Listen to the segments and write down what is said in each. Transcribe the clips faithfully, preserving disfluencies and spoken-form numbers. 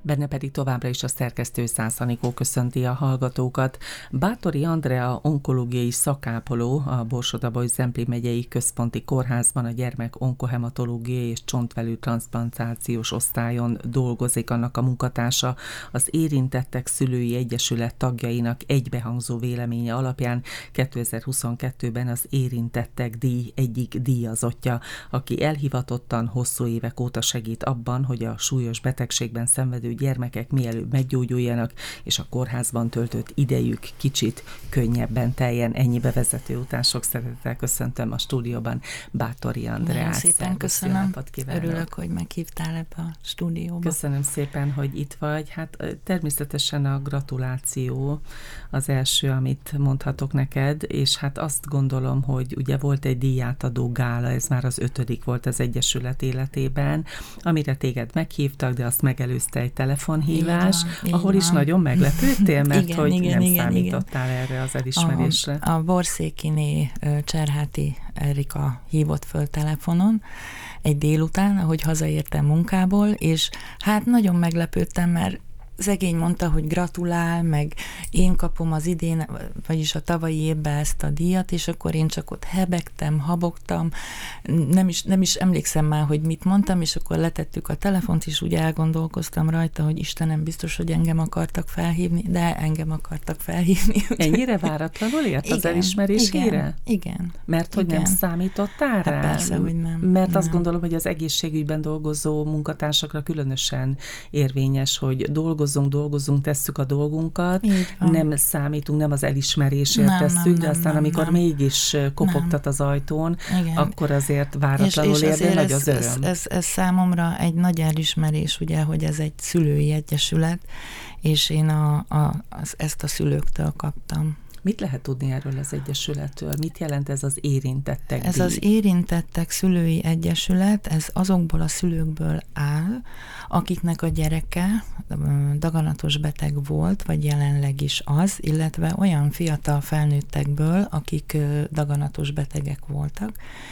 Benne pedig továbbra is a szerkesztő Szász Anikó köszönti a hallgatókat. Báthori Andrea onkológiai szakápoló a Borsod-Abaúj-Zemplén megyei központi kórházban a gyermek onkohematológiai és csontvelő transzplantációs osztályon dolgozik. Annak a munkatársa az Érintettek Szülői Egyesület tagjainak egybehangzó véleménye alapján kétezer-huszonkettőben az Érintettek díj egyik díjazottja, aki elhivatottan hosszú évek óta segít abban, hogy a súlyos betegségben szenvedő gyermekek mielőbb meggyógyuljanak, és a kórházban töltött idejük kicsit könnyebben teljen. Ennyi bevezető után sok szeretettel köszöntöm a stúdióban Báthori Andreát. Nagyon szépen Szervusz, köszönöm. Kívánok. Örülök, hogy meghívtál ebbe a stúdióba. Köszönöm szépen, hogy itt vagy. Hát természetesen a gratuláció az első, amit mondhatok neked, és hát azt gondolom, hogy ugye volt egy díjátadó gála, ez már az ötödik volt az Egyesület életében, amire téged meghívtak, de azt megelőzte egy telefonhívás, így ahol van. is nagyon meglepődtél, mert igen, hogy igen, nem igen, számítottál igen. erre az elismerésre. A, a Borszékiné Cserháti Erika hívott föl telefonon egy délután, ahogy hazaértem munkából, és hát nagyon meglepődtem, mert szegény mondta, hogy gratulál, meg én kapom az idén, vagyis a tavalyi évben ezt a díjat, és akkor én csak ott hebegtem, habogtam, nem is, nem is emlékszem már, hogy mit mondtam, és akkor letettük a telefont, és úgy elgondolkoztam rajta, hogy Istenem, biztos, hogy engem akartak felhívni, de engem akartak felhívni. Ennyire váratlanul ért az elismerés igen, híre? Igen. Mert hogy igen. nem számítottál rá? Hát persze, hogy nem. Mert nem. azt gondolom, hogy az egészségügyben dolgozó munkatársakra különösen érvényes, hogy dolgozunk, dolgozunk, tesszük a dolgunkat, nem számítunk, nem az elismerésért nem, tesszük, nem, de aztán nem, amikor nem. mégis kopogtat nem. az ajtón, igen. akkor azért váratlanul ér, de nagy az öröm. Ez, ez, ez számomra egy nagy elismerés, ugye, hogy ez egy szülői egyesület, és én a, a, az, ezt a szülőktől kaptam. Mit lehet tudni erről az egyesülettől? Mit jelent ez az Érintettek Ez díj? az Érintettek Szülői Egyesület, ez azokból a szülőkből áll, akiknek a gyereke daganatos beteg volt, vagy jelenleg is az, illetve olyan fiatal felnőttekből, akik daganatos betegek voltak,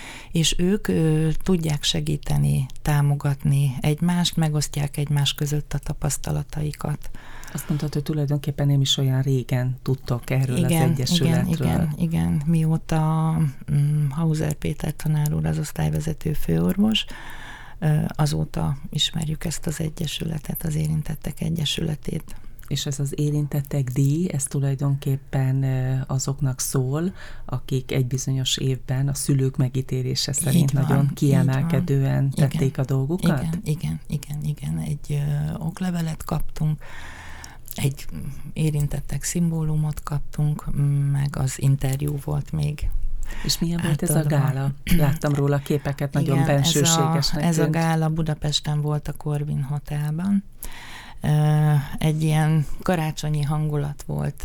és ők ö, tudják segíteni, támogatni egymást, megosztják egymás között a tapasztalataikat. Azt mondtad, hogy tulajdonképpen nem is olyan régen tudtok erről igen, az egyesületről. Igen, igen, igen. Mióta um, Hauser Péter tanár úr, az osztályvezető főorvos, azóta ismerjük ezt az egyesületet, az Érintettek Egyesületét. És ez az Érintettek díj, ez tulajdonképpen azoknak szól, akik egy bizonyos évben a szülők megítélése szerint van, nagyon kiemelkedően tették igen, a dolgukat? Igen, igen, igen, igen. Egy ö, oklevelet kaptunk, egy érintettek szimbólumot kaptunk, meg az interjú volt még. És milyen volt ez a gála? Láttam róla képeket, nagyon igen, bensőségesnek. Ez a, ez a gála Budapesten volt a Corvin Hotelban. Egy ilyen karácsonyi hangulat volt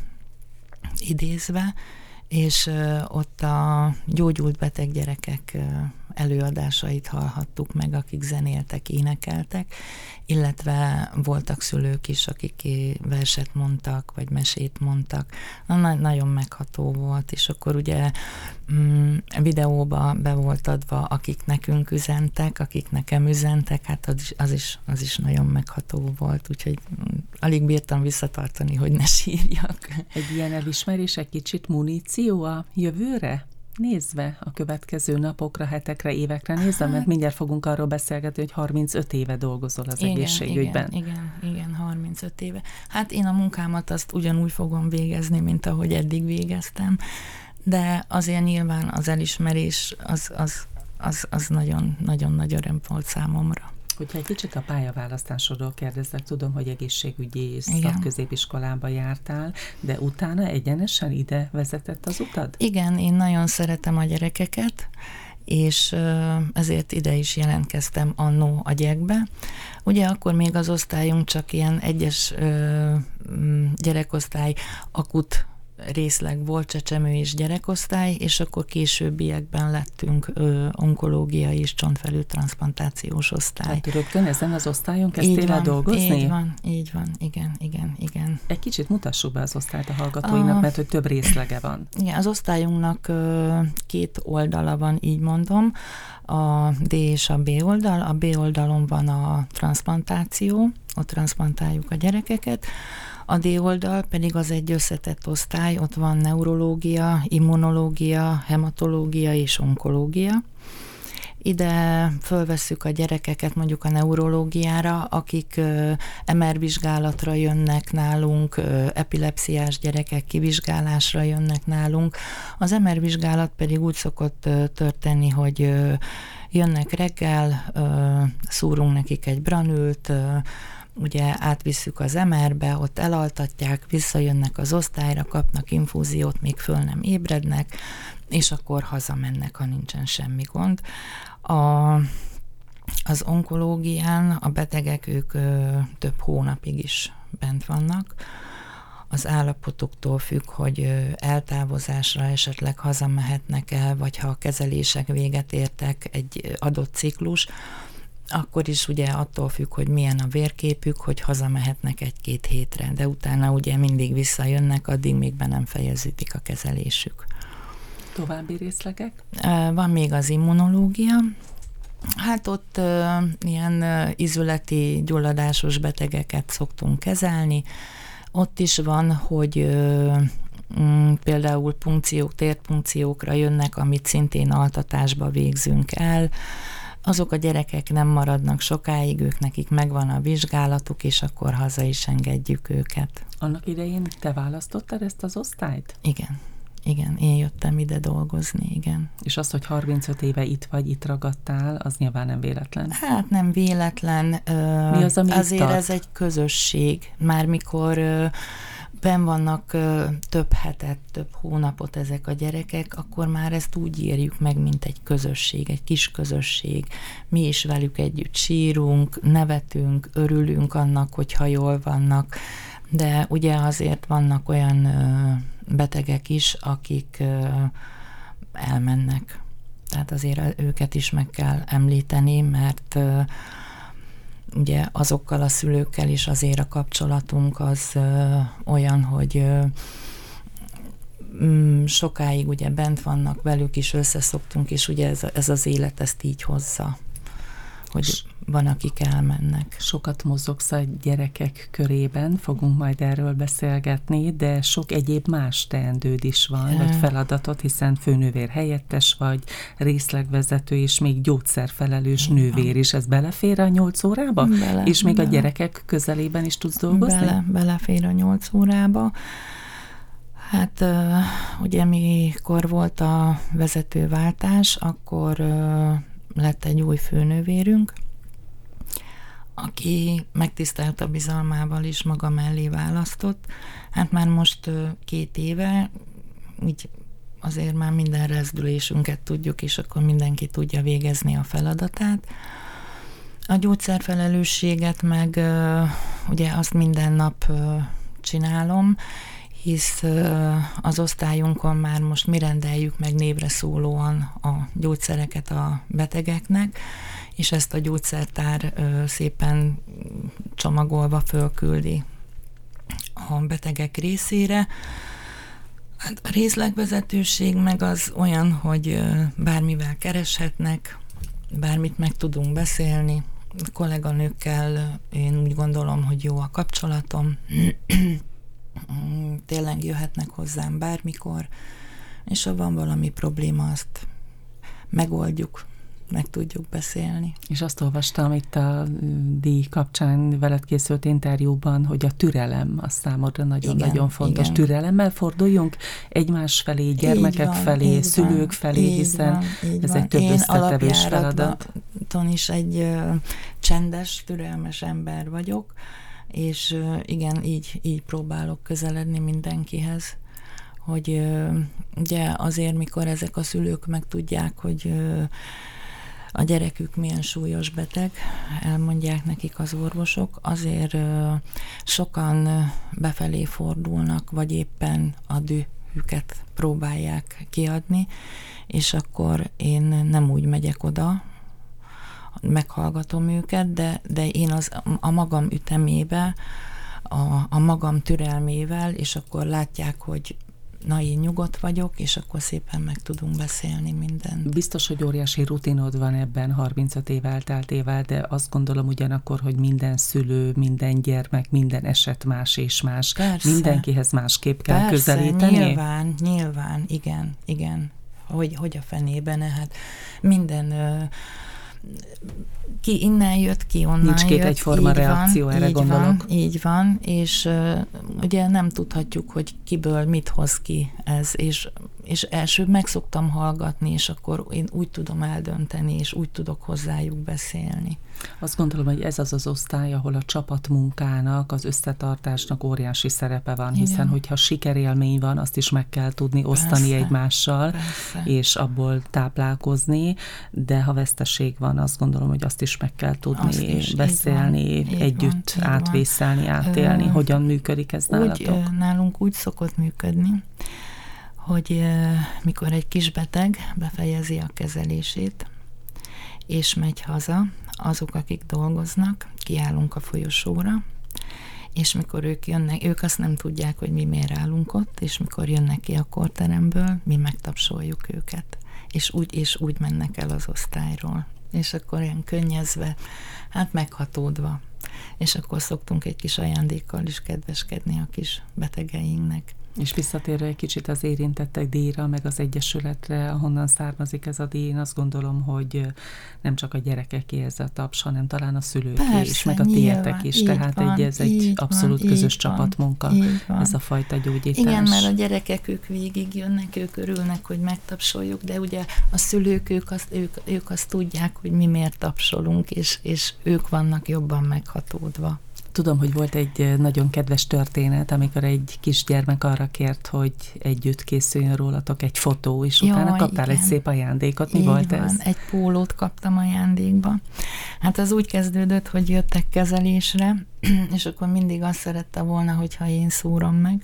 idézve, és ott a gyógyult beteg gyerekek előadásait hallhattuk meg, akik zenéltek, énekeltek, illetve voltak szülők is, akik verset mondtak, vagy mesét mondtak. Na, nagyon megható volt, és akkor ugye mm, videóba be volt adva, akik nekünk üzentek, akik nekem üzentek, hát az is, az is, az is nagyon megható volt, úgyhogy alig bírtam visszatartani, hogy ne sírjak. Egy ilyen elismerés egy kicsit muníció a jövőre? Nézve a következő napokra, hetekre, évekre nézve, mert mindjárt fogunk arról beszélgetni, hogy harmincöt éve dolgozol az igen, egészségügyben. Igen, igen, igen, harmincöt éve. Hát én a munkámat azt ugyanúgy fogom végezni, mint ahogy eddig végeztem, de azért nyilván az elismerés az, az, az, az nagyon, nagyon nagy öröm volt számomra. Hogyha egy kicsit a pályaválasztásodról kérdezlek, tudom, hogy egészségügyi szakközépiskolába jártál, de utána egyenesen ide vezetett az utad? Igen, én nagyon szeretem a gyerekeket, és ezért ide is jelentkeztem annó a gyekbe. Ugye akkor még az osztályunk csak ilyen egyes gyerekosztály akut részleg volt, csecsemő és gyerekosztály, és akkor későbbiekben lettünk ö, onkológiai és csontfelültranszplantációs osztály. Tehát rögtön ezen az osztályon kezdtél el dolgozni? Így van, így van, igen, igen, igen. Egy kicsit mutassuk be az osztályt a hallgatóinak, a, mert hogy több részlege van. Igen, az osztályunknak ö, két oldala van, így mondom, a D és a B oldal. A B oldalon van a transzplantáció, ott transzplantáljuk a gyerekeket, a D oldal pedig az egy összetett osztály, ott van neurológia, immunológia, hematológia és onkológia. Ide fölvesszük a gyerekeket mondjuk a neurológiára, akik ö, em er vizsgálatra jönnek nálunk, ö, epilepsziás gyerekek kivizsgálásra jönnek nálunk. Az em er vizsgálat pedig úgy szokott ö, történni, hogy ö, jönnek reggel, ö, szúrunk nekik egy branült, ö, ugye átvisszük az em erbe, ott elaltatják, visszajönnek az osztályra, kapnak infúziót, még föl nem ébrednek, és akkor hazamennek, ha nincsen semmi gond. A, az onkológián a betegek, ők ö, több hónapig is bent vannak. Az állapotuktól függ, hogy ö, eltávozásra esetleg hazamehetnek el, vagy ha a kezelések véget értek egy adott ciklus, akkor is ugye attól függ, hogy milyen a vérképük, hogy hazamehetnek egy-két hétre, de utána ugye mindig visszajönnek, addig még be nem fejeződik a kezelésük. További részlegek? Van még az immunológia. Hát ott uh, ilyen uh, izületi gyulladásos betegeket szoktunk kezelni. Ott is van, hogy uh, um, például punkciók, térpunkciókra jönnek, amit szintén altatásba végzünk el. Azok a gyerekek nem maradnak sokáig, ők nekik megvan a vizsgálatuk, és akkor haza is engedjük őket. Annak idején te választottad ezt az osztályt? Igen. Igen, én jöttem ide dolgozni, igen. És az, hogy harmincöt éve itt vagy, itt ragadtál, az nyilván nem véletlen. Hát nem véletlen. Mi az, ami azért tart? Ez egy közösség. Már mikor benn vannak több hetet, több hónapot ezek a gyerekek, akkor már ezt úgy írjuk meg, mint egy közösség, egy kis közösség. Mi is velük együtt sírunk, nevetünk, örülünk annak, hogyha jól vannak, de ugye azért vannak olyan betegek is, akik elmennek. Tehát azért őket is meg kell említeni, mert ugye azokkal a szülőkkel is azért a kapcsolatunk az olyan, hogy sokáig ugye bent vannak, velük is összeszoktunk, és ugye ez, ez az élet ezt így hozza, hogy van, akik elmennek. Sokat mozogsz a gyerekek körében, fogunk majd erről beszélgetni, de sok egyéb más teendőd is van, vagy feladatot, hiszen főnővér helyettes vagy, részlegvezető, és még gyógyszerfelelős Igen. nővér is. Ez belefér a nyolc órába? Bele, és még bele. a gyerekek közelében is tudsz dolgozni? Bele, belefér a nyolc órába. Hát ugye mikor volt a vezetőváltás, akkor lett egy új főnővérünk, aki megtisztelt a bizalmával is maga mellé választott. Hát már most két éve, így azért már minden rezdülésünket tudjuk, és akkor mindenki tudja végezni a feladatát. A gyógyszerfelelősséget meg ugye azt minden nap csinálom, hisz az osztályunkon már most mi rendeljük meg névre szólóan a gyógyszereket a betegeknek, és ezt a gyógyszertár szépen csomagolva fölküldi a betegek részére. Hát a részlegvezetőség meg az olyan, hogy bármivel kereshetnek, bármit meg tudunk beszélni. A kolléganőkkel én úgy gondolom, hogy jó a kapcsolatom. Tényleg jöhetnek hozzám bármikor, és ha van valami probléma, azt megoldjuk, meg tudjuk beszélni. És azt olvastam itt a díj kapcsán veled készült interjúban, hogy a türelem az számodra nagyon-nagyon fontos. Igen. Türelemmel forduljunk egymás felé, gyermekek van, felé, szülők van, felé, hiszen van, ez van. Egy több összetevős feladat. Én is egy uh, csendes, türelmes ember vagyok, és uh, igen, így, így próbálok közeledni mindenkihez, hogy uh, ugye azért, mikor ezek a szülők megtudják, hogy uh, a gyerekük milyen súlyos beteg, elmondják nekik az orvosok, azért sokan befelé fordulnak, vagy éppen a dühüket próbálják kiadni, és akkor én nem úgy megyek oda, meghallgatom őket, de, de én az, a magam ütemébe, a, a magam türelmével, és akkor látják, hogy na, én nyugodt vagyok, és akkor szépen meg tudunk beszélni mindent. Biztos, hogy óriási rutinod van ebben harmincöt év elteltével, de azt gondolom ugyanakkor, hogy minden szülő, minden gyermek, minden eset más és más. Persze. Mindenkihez másképp kell Persze, közelíteni. nyilván, nyilván, igen, igen. Hogy, hogy a fenében, hát minden... Ö, ki innen jött, ki onnan Nincs két jött. egyforma így reakció, van, erre így gondolok. Van, így van, és uh, ugye nem tudhatjuk, hogy kiből mit hoz ki ez, és, és elsőbb meg szoktam hallgatni, és akkor én úgy tudom eldönteni, és úgy tudok hozzájuk beszélni. Azt gondolom, hogy ez az az osztály, ahol a csapatmunkának, az összetartásnak óriási szerepe van, hiszen igen. hogyha sikerélmény van, azt is meg kell tudni osztani persze, egymással, persze. és abból táplálkozni, de ha veszteség van, azt gondolom, hogy azt is meg kell tudni is, beszélni, így van, együtt így átvészelni, van. átélni. Ö, Hogyan működik ez nálatok? Úgy, nálunk úgy szokott működni, hogy mikor egy kisbeteg befejezi a kezelését, és megy haza, azok, akik dolgoznak, kiállunk a folyosóra, és mikor ők jönnek, ők azt nem tudják, hogy mi miért állunk ott, és mikor jönnek ki a kórteremből, mi megtapsoljuk őket, és úgy, és úgy mennek el az osztályról. És akkor ilyen könnyezve, hát meghatódva. És akkor szoktunk egy kis ajándékkal is kedveskedni a kis betegeinknek. És visszatérve egy kicsit az érintettek díjra, meg az egyesületre, ahonnan származik ez a díj, én azt gondolom, hogy nem csak a gyerekeké ez a taps, hanem talán a szülőké persze, is, meg a nyilván, tietek is. így Tehát van, egy, ez egy abszolút van, közös van, csapatmunka, ez a fajta gyógyítás. Igen, mert a gyerekek ők végig jönnek, ők örülnek, hogy megtapsoljuk, de ugye a szülők, ők azt, ők, ők azt tudják, hogy mi miért tapsolunk, és, és ők vannak jobban meghatódva. Tudom, hogy volt egy nagyon kedves történet, amikor egy kisgyermek arra kért, hogy együtt készüljön rólatok egy fotó, és utána Jaj, kaptál igen. egy szép ajándékot. Mi Így volt van. ez? Egy pólót kaptam ajándékba. Hát az úgy kezdődött, hogy jöttek kezelésre, és akkor mindig azt szerette volna, hogyha én szúrom meg.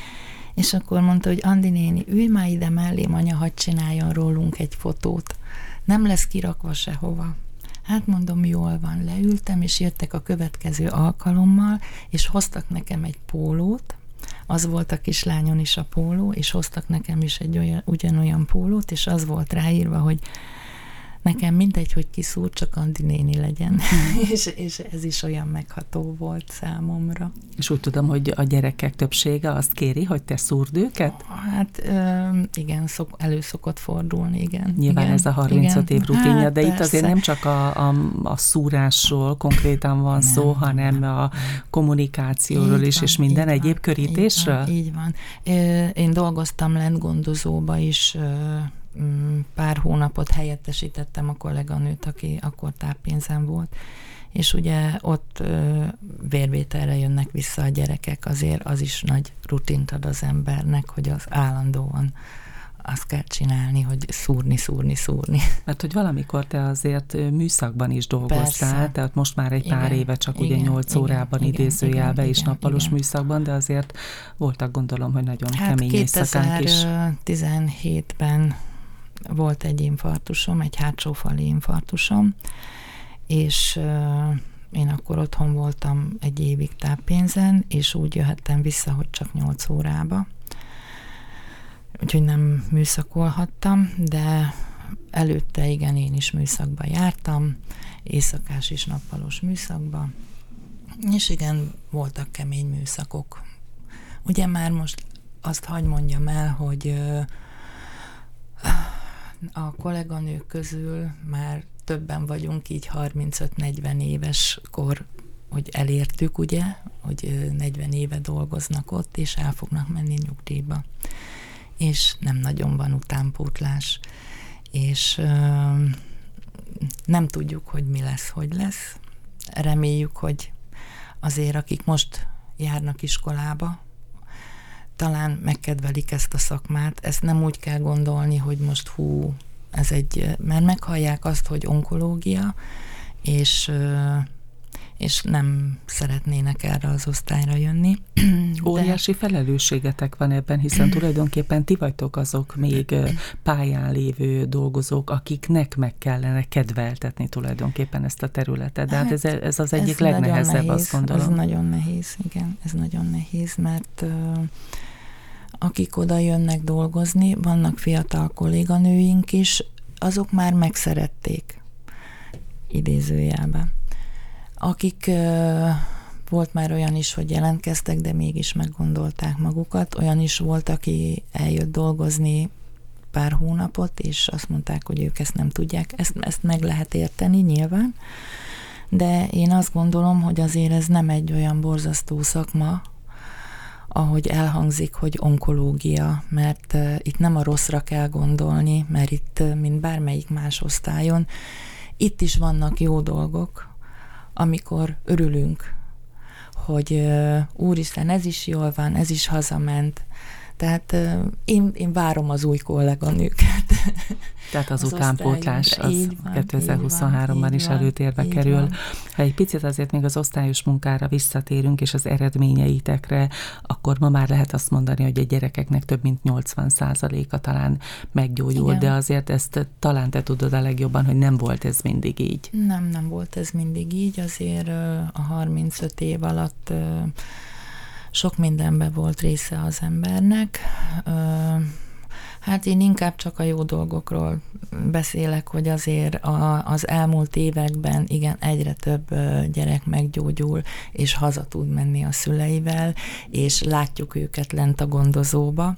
És akkor mondta, hogy Andi néni, ülj már ide mellém, anya, hadd csináljon rólunk egy fotót. Nem lesz kirakva sehova. Hát mondom, jól van, leültem, és jöttek a következő alkalommal, és hoztak nekem egy pólót, az volt a kislányon is a póló, és hoztak nekem is egy olyan, ugyanolyan pólót, és az volt ráírva, hogy nekem mindegy, hogy kiszúr, csak Andi néni legyen. és, és ez is olyan megható volt számomra. És úgy tudom, hogy a gyerekek többsége azt kéri, hogy te szúrd őket? Hát ö, igen, szok, elő szokott fordulni, igen. Nyilván igen, ez a harmincöt év rutinja, hát, de persze. itt azért nem csak a, a, a szúrásról konkrétan van nem, szó, hanem nem, a kommunikációról is, van, és minden egyéb van, körítésről? Így van, így van. Én dolgoztam lent gondozóba is, pár hónapot helyettesítettem a kolléganőt, aki akkor táppénzen volt, és ugye ott ö, vérvételre jönnek vissza a gyerekek, azért az is nagy rutint ad az embernek, hogy az állandóan azt kell csinálni, hogy szúrni, szúrni, szúrni. Mert hogy valamikor te azért műszakban is dolgoztál, Persze. tehát most már egy igen, pár éve csak igen, ugye nyolc órában igen, idézőjelbe és nappalos igen. műszakban, de azért voltak, gondolom, hogy nagyon hát kemény éjszakánk is. kétezer-tizenhétben volt egy infarktusom, egy hátsófali infarktusom, és uh, én akkor otthon voltam egy évig táppénzen, és úgy jöhettem vissza, hogy csak nyolc órába. Úgyhogy nem műszakolhattam, de előtte igen, én is műszakba jártam, éjszakás és nappalos műszakba, és igen, voltak kemény műszakok. Ugye már most azt hagy mondjam el, hogy uh, a kolléganők közül már többen vagyunk így harmincöt-negyven éves kor, hogy elértük, ugye, hogy negyven éve dolgoznak ott, és el fognak menni nyugdíjba. És nem nagyon van utánpótlás. És ö, nem tudjuk, hogy mi lesz, hogy lesz. Reméljük, hogy azért, akik most járnak iskolába, talán megkedvelik ezt a szakmát. Ezt nem úgy kell gondolni, hogy most hú, ez egy, mert meghallják azt, hogy onkológia, és és nem szeretnének erre az osztályra jönni. Óriási felelősségetek van ebben, hiszen tulajdonképpen ti vagytok azok még pályán lévő dolgozók, akiknek meg kellene kedveltetni tulajdonképpen ezt a területet. De hát ez, ez az egyik ez legnehezebb, nehéz, azt gondolom. Ez nagyon nehéz, igen, ez nagyon nehéz, mert uh, akik oda jönnek dolgozni, vannak fiatal kolléganőink is, azok már megszerették, idézőjelben. Akik uh, volt már olyan is, hogy jelentkeztek, de mégis meggondolták magukat. Olyan is volt, aki eljött dolgozni pár hónapot, és azt mondták, hogy ők ezt nem tudják. Ezt, ezt meg lehet érteni nyilván, de én azt gondolom, hogy azért ez nem egy olyan borzasztó szakma, ahogy elhangzik, hogy onkológia, mert uh, itt nem a rosszra kell gondolni, mert itt, uh, mint bármelyik más osztályon, itt is vannak jó dolgok, amikor örülünk, hogy uh, úristen, ez is jól van, ez is hazament. Tehát uh, én, én várom az új kolléganőket. Tehát az, az utánpótlás az kétezer-huszonháromban is előtérbe kerül. Van. Ha egy picit azért még az osztályos munkára visszatérünk, és az eredményeitekre, akkor ma már lehet azt mondani, hogy a gyerekeknek több mint nyolcvan százaléka talán meggyógyul, igen. De azért ezt talán te tudod a legjobban, hogy nem volt ez mindig így. Nem, nem volt ez mindig így. Azért a harmincöt év alatt sok mindenben volt része az embernek. Hát én inkább csak a jó dolgokról beszélek, hogy azért a, az elmúlt években igen, egyre több gyerek meggyógyul, és haza tud menni a szüleivel, és látjuk őket lent a gondozóba.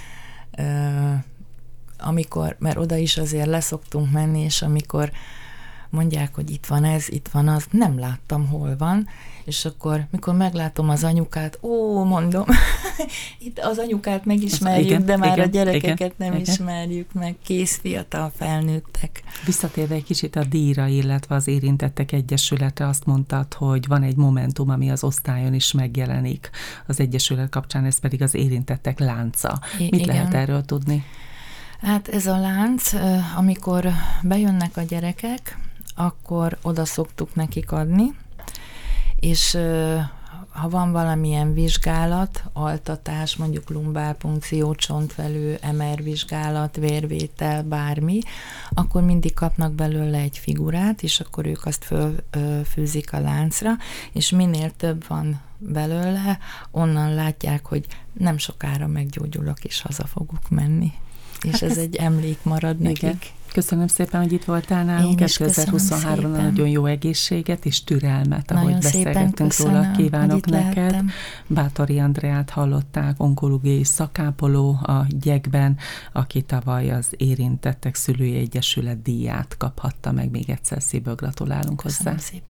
Amikor, mert oda is azért leszoktunk menni, és amikor mondják, hogy itt van ez, itt van az, nem láttam, hol van, és akkor, mikor meglátom az anyukát, ó, mondom, itt az anyukát megismerjük, igen, de már igen, a gyerekeket igen, nem igen. ismerjük meg, kész fiatal felnőttek. Visszatérve egy kicsit a díjra, illetve az Érintettek Egyesülete, azt mondtad, hogy van egy momentum, ami az osztályon is megjelenik az Egyesület kapcsán, ez pedig az Érintettek Lánca. I- Mit igen. lehet erről tudni? Hát ez a lánc, amikor bejönnek a gyerekek, akkor oda szoktuk nekik adni, és ha van valamilyen vizsgálat, altatás, mondjuk lumbálpunkció, csontvelő, em er vizsgálat, vérvétel, bármi, akkor mindig kapnak belőle egy figurát, és akkor ők azt fölfűzik a láncra, és minél több van belőle, onnan látják, hogy nem sokára meggyógyulok, és haza fogok menni. És hát ez, ez egy emlék marad nekik. Igen. Köszönöm szépen, hogy itt voltál nálunk. kétezer-huszonháromban nagyon jó egészséget és türelmet, ahogy nagyon beszélgettünk róla, kívánok neked. Lehettem. Bátori Andreát hallották, onkológiai szakápoló a Gyekben, aki tavaly az Érintettek Szülői Egyesület díját kaphatta meg. Még egyszer szívből gratulálunk hozzá. Köszönöm szépen.